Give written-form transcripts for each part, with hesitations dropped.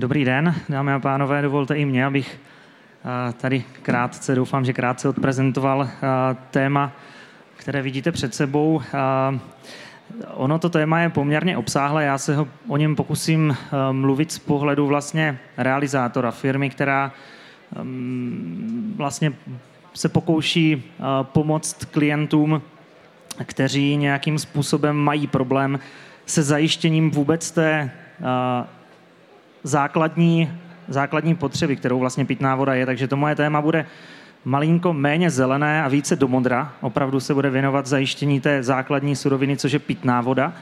Dobrý den, dámy a pánové, dovolte i mě, abych tady krátce, doufám, že krátce odprezentoval téma, které vidíte před sebou. Ono to téma je poměrně obsáhlé, já se o něm pokusím mluvit z pohledu vlastně realizátora firmy, která vlastně se pokouší pomoct klientům, kteří nějakým způsobem mají problém se zajištěním vůbec té základní potřeby, kterou vlastně pitná voda je. Takže to moje téma bude malinko méně zelené a více do modra. Opravdu se bude věnovat zajištění té základní suroviny, což je pitná voda.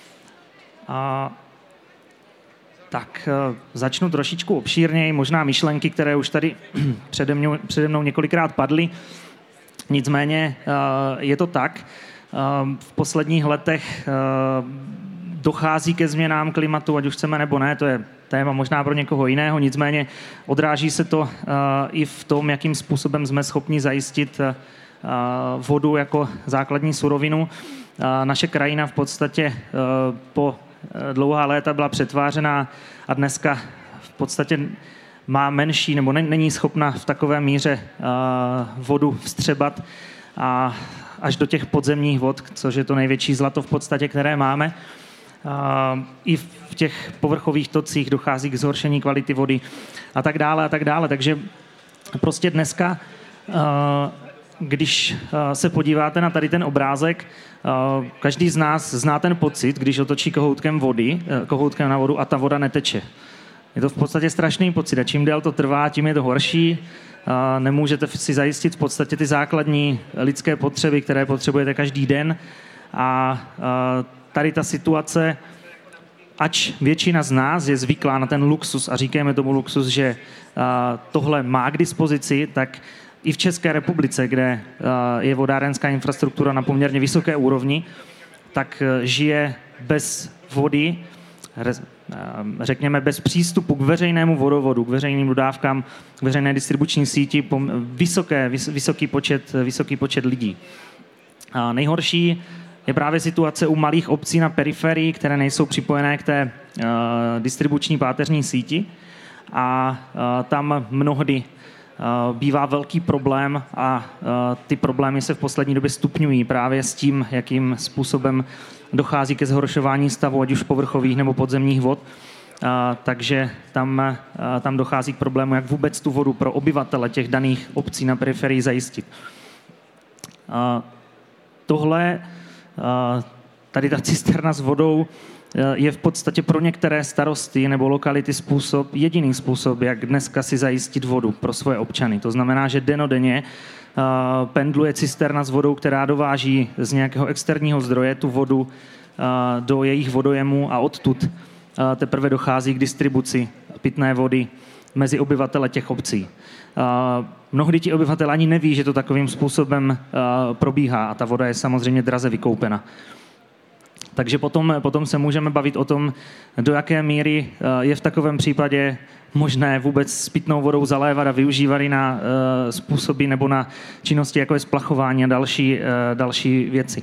Tak začnu trošičku obšírněji, možná myšlenky, které už tady přede mnou několikrát padly. Nicméně je to tak. V posledních letech dochází ke změnám klimatu, ať už chceme nebo ne, to je téma možná pro někoho jiného, nicméně odráží se to i v tom, jakým způsobem jsme schopni zajistit vodu jako základní surovinu. Naše krajina v podstatě po dlouhá léta byla přetvářená a dneska v podstatě má menší nebo není schopna v takové míře vodu vstřebat až do těch podzemních vod, což je to největší zlato v podstatě, které máme. I v těch povrchových tocích dochází k zhoršení kvality vody a tak dále a tak dále. Takže prostě dneska, když se podíváte na tady ten obrázek, každý z nás zná ten pocit, když otočí kohoutkem na vodu a ta voda neteče. Je to v podstatě strašný pocit a čím déle to trvá, tím je to horší. Nemůžete si zajistit v podstatě ty základní lidské potřeby, které potřebujete každý den a tady ta situace, ač většina z nás je zvyklá na ten luxus a říkáme tomu luxus, že tohle má k dispozici, tak i v České republice, kde je vodárenská infrastruktura na poměrně vysoké úrovni, tak žije bez vody, řekněme bez přístupu k veřejnému vodovodu, k veřejným dodávkám, k veřejné distribuční síti vysoký počet lidí. Nejhorší je právě situace u malých obcí na periferii, které nejsou připojené k té distribuční páteřní síti a tam mnohdy bývá velký problém a ty problémy se v poslední době stupňují právě s tím, jakým způsobem dochází ke zhoršování stavu, ať už povrchových nebo podzemních vod. Takže tam dochází k problému, jak vůbec tu vodu pro obyvatele těch daných obcí na periferii zajistit. Tady ta cisterna s vodou je v podstatě pro některé starosty nebo lokality jediný způsob, jak dneska si zajistit vodu pro svoje občany. To znamená, že dennodenně pendluje cisterna s vodou, která dováží z nějakého externího zdroje tu vodu do jejich vodojemů a odtud teprve dochází k distribuci pitné vody mezi obyvatele těch obcí. Mnohdy ti obyvatelé ani neví, že to takovým způsobem probíhá a ta voda je samozřejmě draze vykoupena. Takže potom se můžeme bavit o tom, do jaké míry je v takovém případě možné vůbec s pitnou vodou zalévat a využívat ji na způsoby nebo na činnosti, jako je splachování a další věci.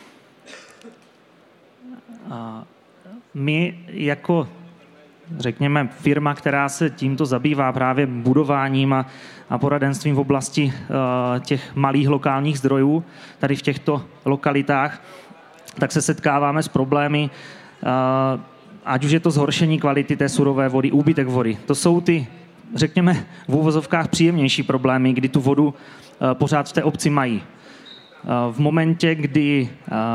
My jako řekněme, firma, která se tímto zabývá právě budováním a poradenstvím v oblasti těch malých lokálních zdrojů, tady v těchto lokalitách, tak se setkáváme s problémy, ať už je to zhoršení kvality té surové vody, úbytek vody. To jsou ty, řekněme, v úvozovkách příjemnější problémy, kdy tu vodu pořád v té obci mají. V momentě, kdy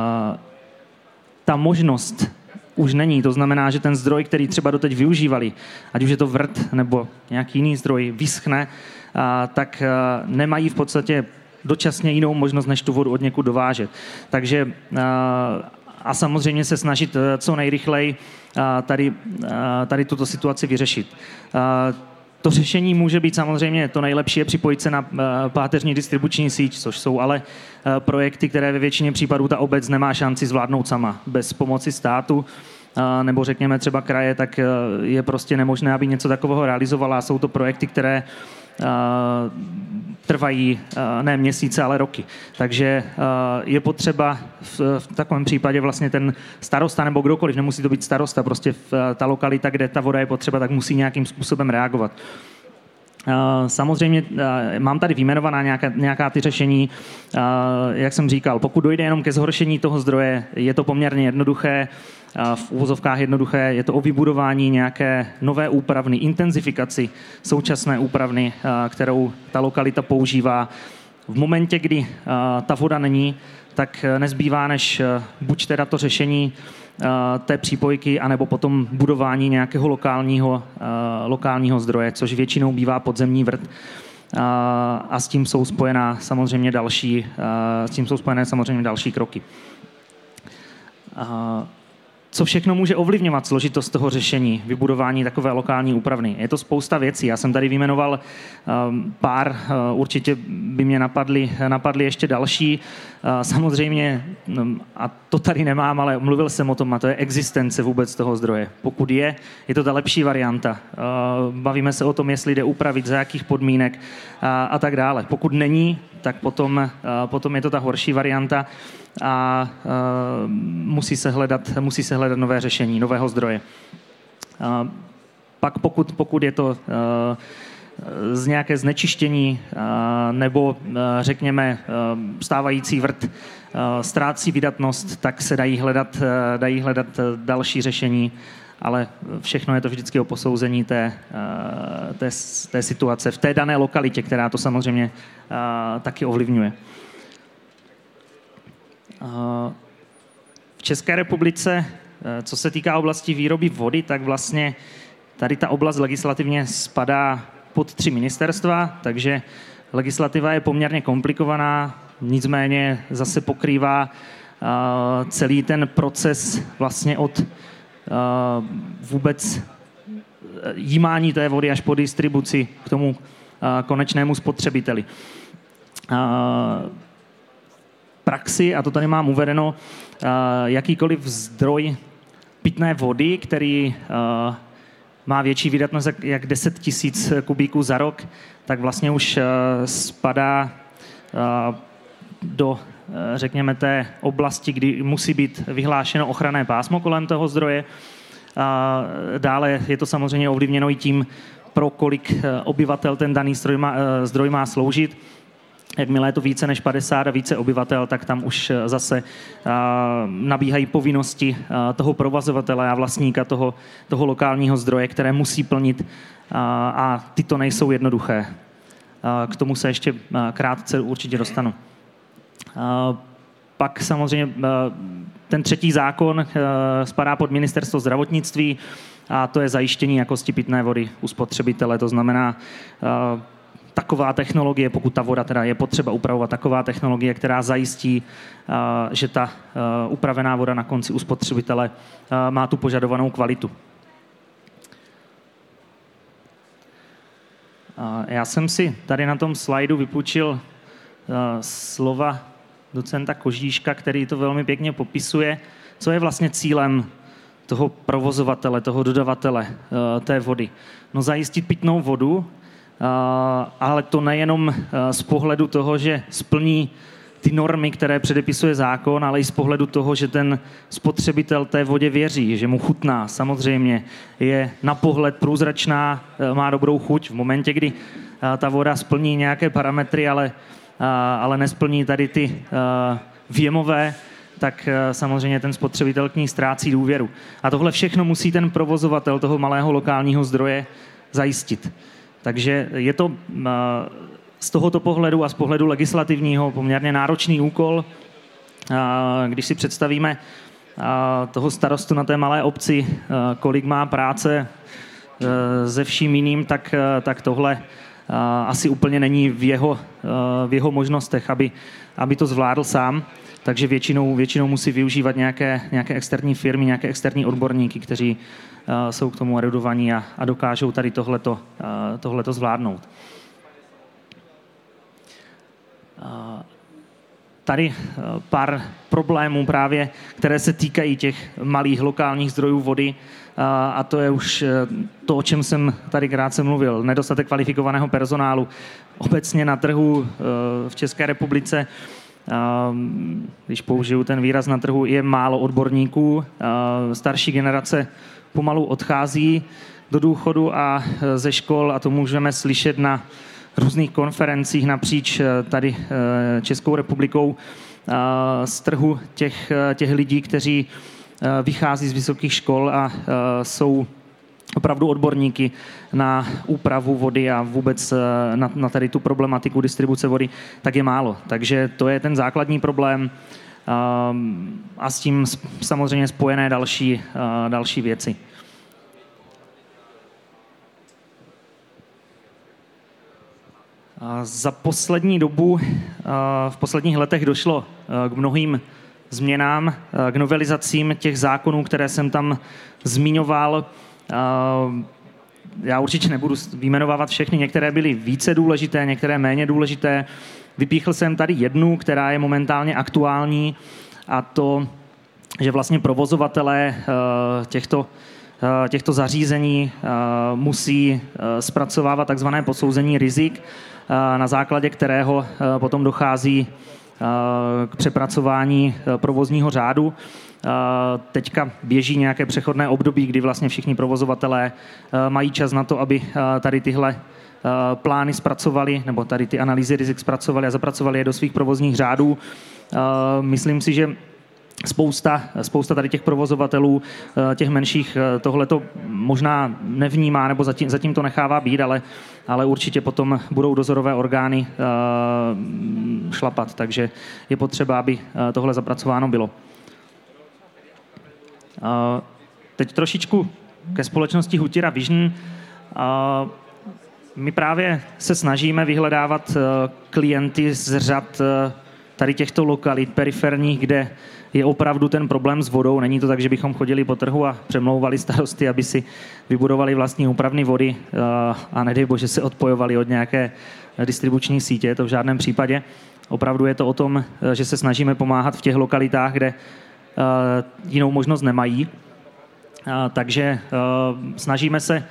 ta možnost už není. To znamená, že ten zdroj, který třeba doteď využívali, ať už je to vrt nebo nějaký jiný zdroj, vyschne, tak nemají v podstatě dočasně jinou možnost, než tu vodu od někud dovážet. Takže a samozřejmě se snažit co nejrychleji tady tuto situaci vyřešit. To řešení může být samozřejmě to nejlepší je připojit se na páteřní distribuční síť, což jsou ale projekty, které ve většině případů ta obec nemá šanci zvládnout sama. Bez pomoci státu nebo řekněme třeba kraje, tak je prostě nemožné, aby něco takového realizovala. Jsou to projekty, které trvají ne měsíce, ale roky. Takže je potřeba v takovém případě vlastně ten starosta nebo kdokoliv, nemusí to být starosta, prostě ta lokalita, kde ta voda je potřeba, tak musí nějakým způsobem reagovat. Samozřejmě mám tady vyjmenovaná nějaká ty řešení. Jak jsem říkal, pokud dojde jenom ke zhoršení toho zdroje, je to poměrně jednoduché, v uvozovkách jednoduché, je to o vybudování nějaké nové úpravny, intenzifikaci současné úpravny, kterou ta lokalita používá. V momentě, kdy ta voda není, tak nezbývá než buď teda to řešení té přípojky, anebo potom budování nějakého lokálního zdroje, což většinou bývá podzemní vrt. A s tím jsou spojené samozřejmě další kroky. Co všechno může ovlivňovat složitost toho řešení, vybudování takové lokální úpravny? Je to spousta věcí. Já jsem tady vyjmenoval pár, určitě by mě napadly ještě další. Samozřejmě, a to tady nemám, ale mluvil jsem o tom, a to je existence vůbec toho zdroje. Pokud je to ta lepší varianta. Bavíme se o tom, jestli jde upravit, za jakých podmínek a tak dále. Pokud není, tak potom je to ta horší varianta a musí se hledat nové řešení, nového zdroje. Pak pokud je to z nějaké znečištění nebo řekněme stávající vrt ztrácí vydatnost, tak se dají hledat další řešení, ale všechno je to vždycky o posouzení té situace v té dané lokalitě, která to samozřejmě taky ovlivňuje. V České republice, co se týká oblasti výroby vody, tak vlastně tady ta oblast legislativně spadá pod 3 ministerstva, takže legislativa je poměrně komplikovaná, nicméně zase pokrývá celý ten proces vlastně od vůbec jímání té vody až po distribuci k tomu konečnému spotřebiteli. Praxi, a to tady mám uvedeno, jakýkoliv zdroj pitné vody, který má větší vydatnost jak 10 000 kubíků za rok, tak vlastně už spadá do, řekněme, té oblasti, kdy musí být vyhlášeno ochranné pásmo kolem toho zdroje. Dále je to samozřejmě ovlivněno i tím, pro kolik obyvatel ten daný zdroj má sloužit. Jakmile je to více než 50 a více obyvatel, tak tam už zase nabíhají povinnosti toho provozovatele a vlastníka toho lokálního zdroje, které musí plnit a tyto nejsou jednoduché. K tomu se ještě krátce určitě dostanu. Pak samozřejmě ten třetí zákon spadá pod ministerstvo zdravotnictví a to je zajištění jakosti pitné vody u spotřebitele. To znamená taková technologie, pokud ta voda teda je potřeba upravovat, taková technologie, která zajistí, že ta upravená voda na konci u spotřebitele má tu požadovanou kvalitu. Já jsem si tady na tom slajdu vypůjčil slova docenta Kožíška, který to velmi pěkně popisuje, co je vlastně cílem toho provozovatele, toho dodavatele té vody. No zajistit pitnou vodu, ale to nejenom z pohledu toho, že splní ty normy, které předepisuje zákon, ale i z pohledu toho, že ten spotřebitel té vodě věří, že mu chutná. Samozřejmě je na pohled průzračná, má dobrou chuť. V momentě, kdy ta voda splní nějaké parametry, ale nesplní tady ty věmové, tak samozřejmě ten spotřebitel k ní ztrácí důvěru. A tohle všechno musí ten provozovatel toho malého lokálního zdroje zajistit. Takže je to z tohoto pohledu a z pohledu legislativního poměrně náročný úkol. Když si představíme toho starostu na té malé obci, kolik má práce se vším jiným, tak tohle asi úplně není v jeho možnostech, aby to zvládl sám. Takže většinou musí využívat nějaké externí firmy, nějaké externí odborníky, kteří jsou k tomu erudovaní a dokážou tady tohleto zvládnout. tady pár problémů právě, které se týkají těch malých lokálních zdrojů vody, a to je už to, o čem jsem tady krátce mluvil. Nedostatek kvalifikovaného personálu. Obecně na trhu v České republice, když použiju ten výraz na trhu, je málo odborníků. Starší generace pomalu odchází do důchodu a ze škol, a to můžeme slyšet na různých konferencích napříč tady Českou republikou, z trhu těch lidí, kteří vychází z vysokých škol a jsou opravdu odborníky na úpravu vody a vůbec na tady tu problematiku distribuce vody, tak je málo. Takže to je ten základní problém a s tím samozřejmě spojené další věci. Za poslední dobu, v posledních letech došlo k mnohým změnám, k novelizacím těch zákonů, které jsem tam zmiňoval. Já určitě nebudu vyjmenovávat všechny, některé byly více důležité, některé méně důležité. Vypíchl jsem tady jednu, která je momentálně aktuální, a to, že vlastně provozovatelé těchto zařízení musí zpracovávat takzvané posouzení rizik, na základě kterého potom dochází k přepracování provozního řádu. Teďka běží nějaké přechodné období, kdy vlastně všichni provozovatelé mají čas na to, aby tady tyhle plány zpracovali, nebo tady ty analýzy rizik zpracovali a zapracovali je do svých provozních řádů. Myslím si, že spousta tady těch provozovatelů, těch menších, tohleto možná nevnímá, nebo zatím to nechává být, ale určitě potom budou dozorové orgány šlapat, takže je potřeba, aby tohle zapracováno bylo. Teď trošičku ke společnosti Hutira Vision. My právě se snažíme vyhledávat klienty z řad tady těchto lokalit periferních, kde je opravdu ten problém s vodou. Není to tak, že bychom chodili po trhu a přemlouvali starosty, aby si vybudovali vlastní úpravny vody a nedej bože se odpojovali od nějaké distribuční sítě, to v žádném případě. Opravdu je to o tom, že se snažíme pomáhat v těch lokalitách, kde jinou možnost nemají. Takže snažíme se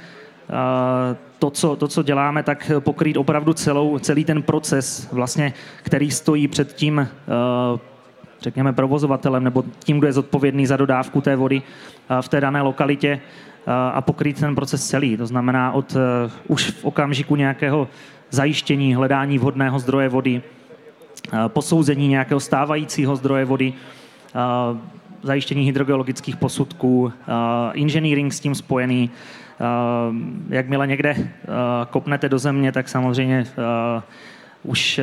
to, co děláme, tak pokrýt opravdu celý ten proces, vlastně, který stojí před tím, řekněme, provozovatelem nebo tím, kdo je zodpovědný za dodávku té vody v té dané lokalitě, a pokrýt ten proces celý. To znamená už v okamžiku nějakého zajištění, hledání vhodného zdroje vody, posouzení nějakého stávajícího zdroje vody, zajištění hydrogeologických posudků, inženýring s tím spojený. Jakmile někde kopnete do země, tak samozřejmě už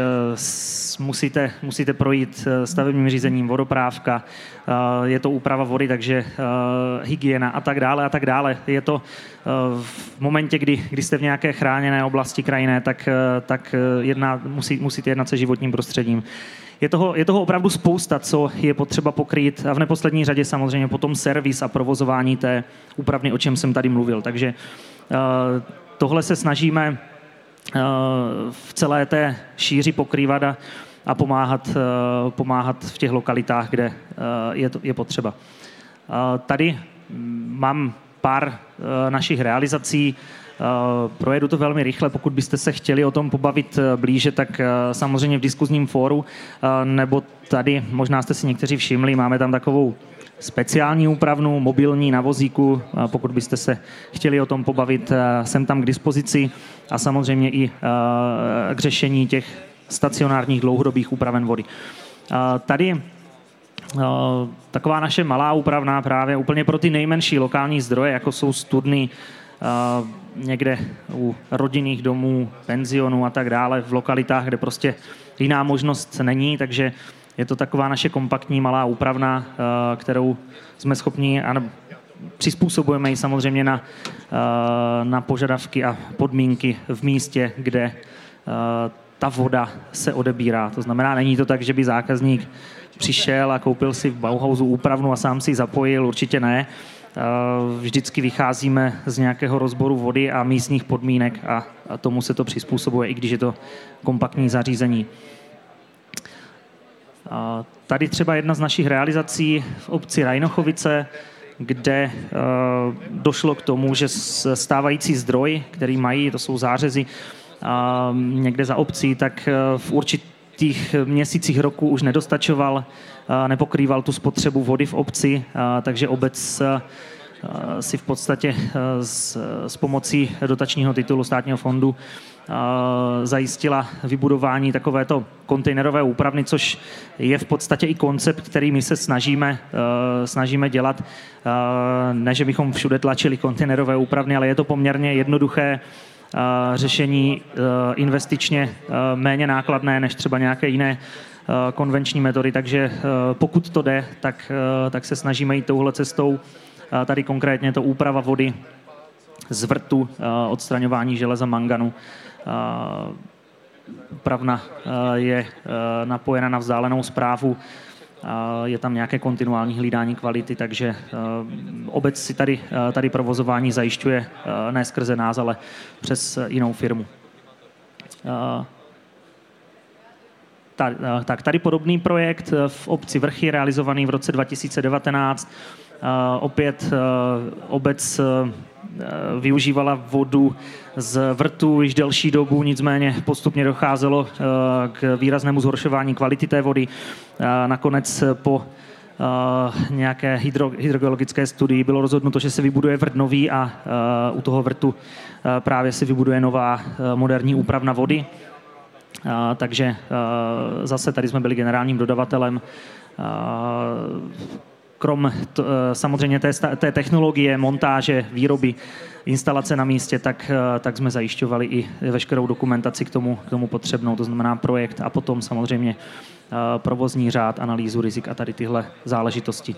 musíte projít stavebním řízením, vodoprávka, je to úprava vody, takže hygiena a tak dále a tak dále. Je to v momentě, kdy jste v nějaké chráněné oblasti krajinné, tak musíte jednat se životním prostředím. Je toho opravdu spousta, co je potřeba pokrýt, a v neposlední řadě samozřejmě potom servis a provozování té úpravny, o čem jsem tady mluvil. Takže tohle se snažíme v celé té šíři pokrývat a pomáhat v těch lokalitách, kde je potřeba. Tady mám pár našich realizací. Projedu to velmi rychle, pokud byste se chtěli o tom pobavit blíže, tak samozřejmě v diskuzním fóru, nebo tady, možná jste si někteří všimli, máme tam takovou speciální úpravnu, mobilní na vozíku, pokud byste se chtěli o tom pobavit, jsem tam k dispozici, a samozřejmě i k řešení těch stacionárních dlouhodobých úpraven vody. Tady taková naše malá úpravná právě úplně pro ty nejmenší lokální zdroje, jako jsou studny, někde u rodinných domů, penzionů a tak dále, v lokalitách, kde prostě jiná možnost není, takže je to taková naše kompaktní malá úpravna, kterou jsme schopni, a přizpůsobujeme ji samozřejmě na požadavky a podmínky v místě, kde ta voda se odebírá. To znamená, není to tak, že by zákazník přišel a koupil si v Bauhausu úpravnu a sám si ji zapojil, určitě ne. Vždycky vycházíme z nějakého rozboru vody a místních podmínek a tomu se to přizpůsobuje, i když je to kompaktní zařízení. Tady třeba jedna z našich realizací v obci Rajnochovice, kde došlo k tomu, že stávající zdroj, který mají, to jsou zářezy někde za obcí, tak v určitých měsících roku už nedostačoval, nepokrýval tu spotřebu vody v obci, takže obec si v podstatě s pomocí dotačního titulu státního fondu zajistila vybudování takovéto kontejnerové úpravny, což je v podstatě i koncept, který my se snažíme dělat. Ne, že bychom všude tlačili kontejnerové úpravny, ale je to poměrně jednoduché řešení, investičně méně nákladné než třeba nějaké jiné konvenční metody, takže pokud to jde, tak se snažíme jít touhle cestou. Tady konkrétně to úprava vody z vrtu, odstraňování železa, manganu. Úpravna je napojena na vzdálenou správu, je tam nějaké kontinuální hlídání kvality, takže obec si tady provozování zajišťuje ne skrze nás, ale přes jinou firmu. Tak tady podobný projekt v obci Vrchy, realizovaný v roce 2019. Opět obec využívala vodu z vrtu již delší dobu, nicméně postupně docházelo k výraznému zhoršování kvality té vody. Nakonec po nějaké hydrogeologické studii bylo rozhodnuto, že se vybuduje vrt nový a u toho vrtu právě se vybuduje nová moderní úpravna vody. Takže zase tady jsme byli generálním dodavatelem. Krom samozřejmě té technologie, montáže, výroby, instalace na místě, tak jsme zajišťovali i veškerou dokumentaci k tomu potřebnou, to znamená projekt a potom samozřejmě provozní řád, analýzu rizik a tady tyhle záležitosti.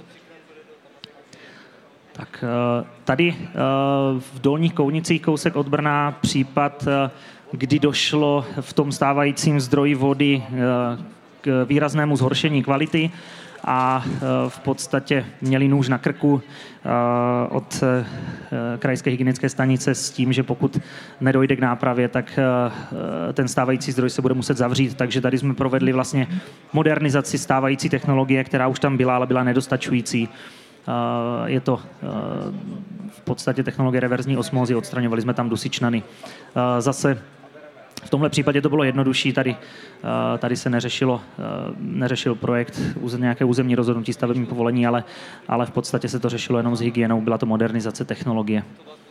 Tak tady v Dolních Kounicích, kousek od Brna, případ, kdy došlo v tom stávajícím zdroji vody k výraznému zhoršení kvality a v podstatě měli nůž na krku od krajské hygienické stanice s tím, že pokud nedojde k nápravě, tak ten stávající zdroj se bude muset zavřít. Takže tady jsme provedli vlastně modernizaci stávající technologie, která už tam byla, ale byla nedostačující. Je to v podstatě technologie reverzní osmózy, odstraňovali jsme tam dusičnany. Zase v tomhle případě to bylo jednodušší, tady se neřešil projekt nějaké územní rozhodnutí, stavební povolení, ale v podstatě se to řešilo jenom s hygienou, byla to modernizace technologie.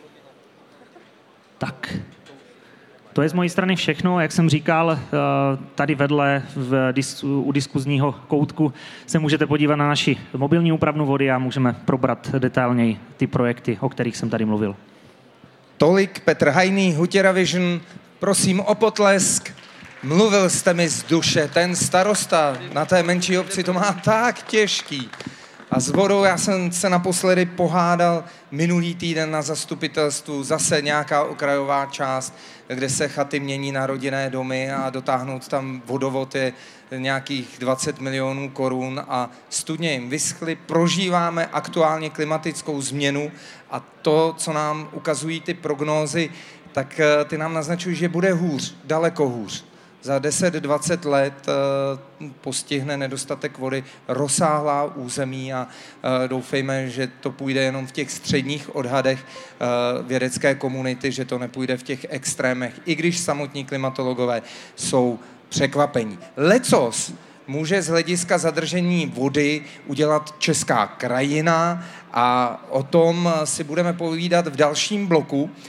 Tak, to je z mojí strany všechno. Jak jsem říkal, tady vedle u diskuzního koutku se můžete podívat na naši mobilní úpravnu vody a můžeme probrat detailněji ty projekty, o kterých jsem tady mluvil. Tolik Petr Hajný, Hutěra Vision. Prosím o potlesk. Mluvil jste mi z duše. Ten starosta na té menší obci to má tak těžký. A s vodou já jsem se naposledy pohádal minulý týden na zastupitelstvu, zase nějaká okrajová část, kde se chaty mění na rodinné domy a dotáhnout tam vodovod je nějakých 20 milionů korun a studně jim vyschly. Prožíváme aktuálně klimatickou změnu a to, co nám ukazují ty prognózy, tak ty nám naznačují, že bude hůř, daleko hůř. Za 10-20 let postihne nedostatek vody rozsáhlá území a doufejme, že to půjde jenom v těch středních odhadech vědecké komunity, že to nepůjde v těch extrémech, i když samotní klimatologové jsou překvapení. Lecos může z hlediska zadržení vody udělat česká krajina a o tom si budeme povídat v dalším bloku.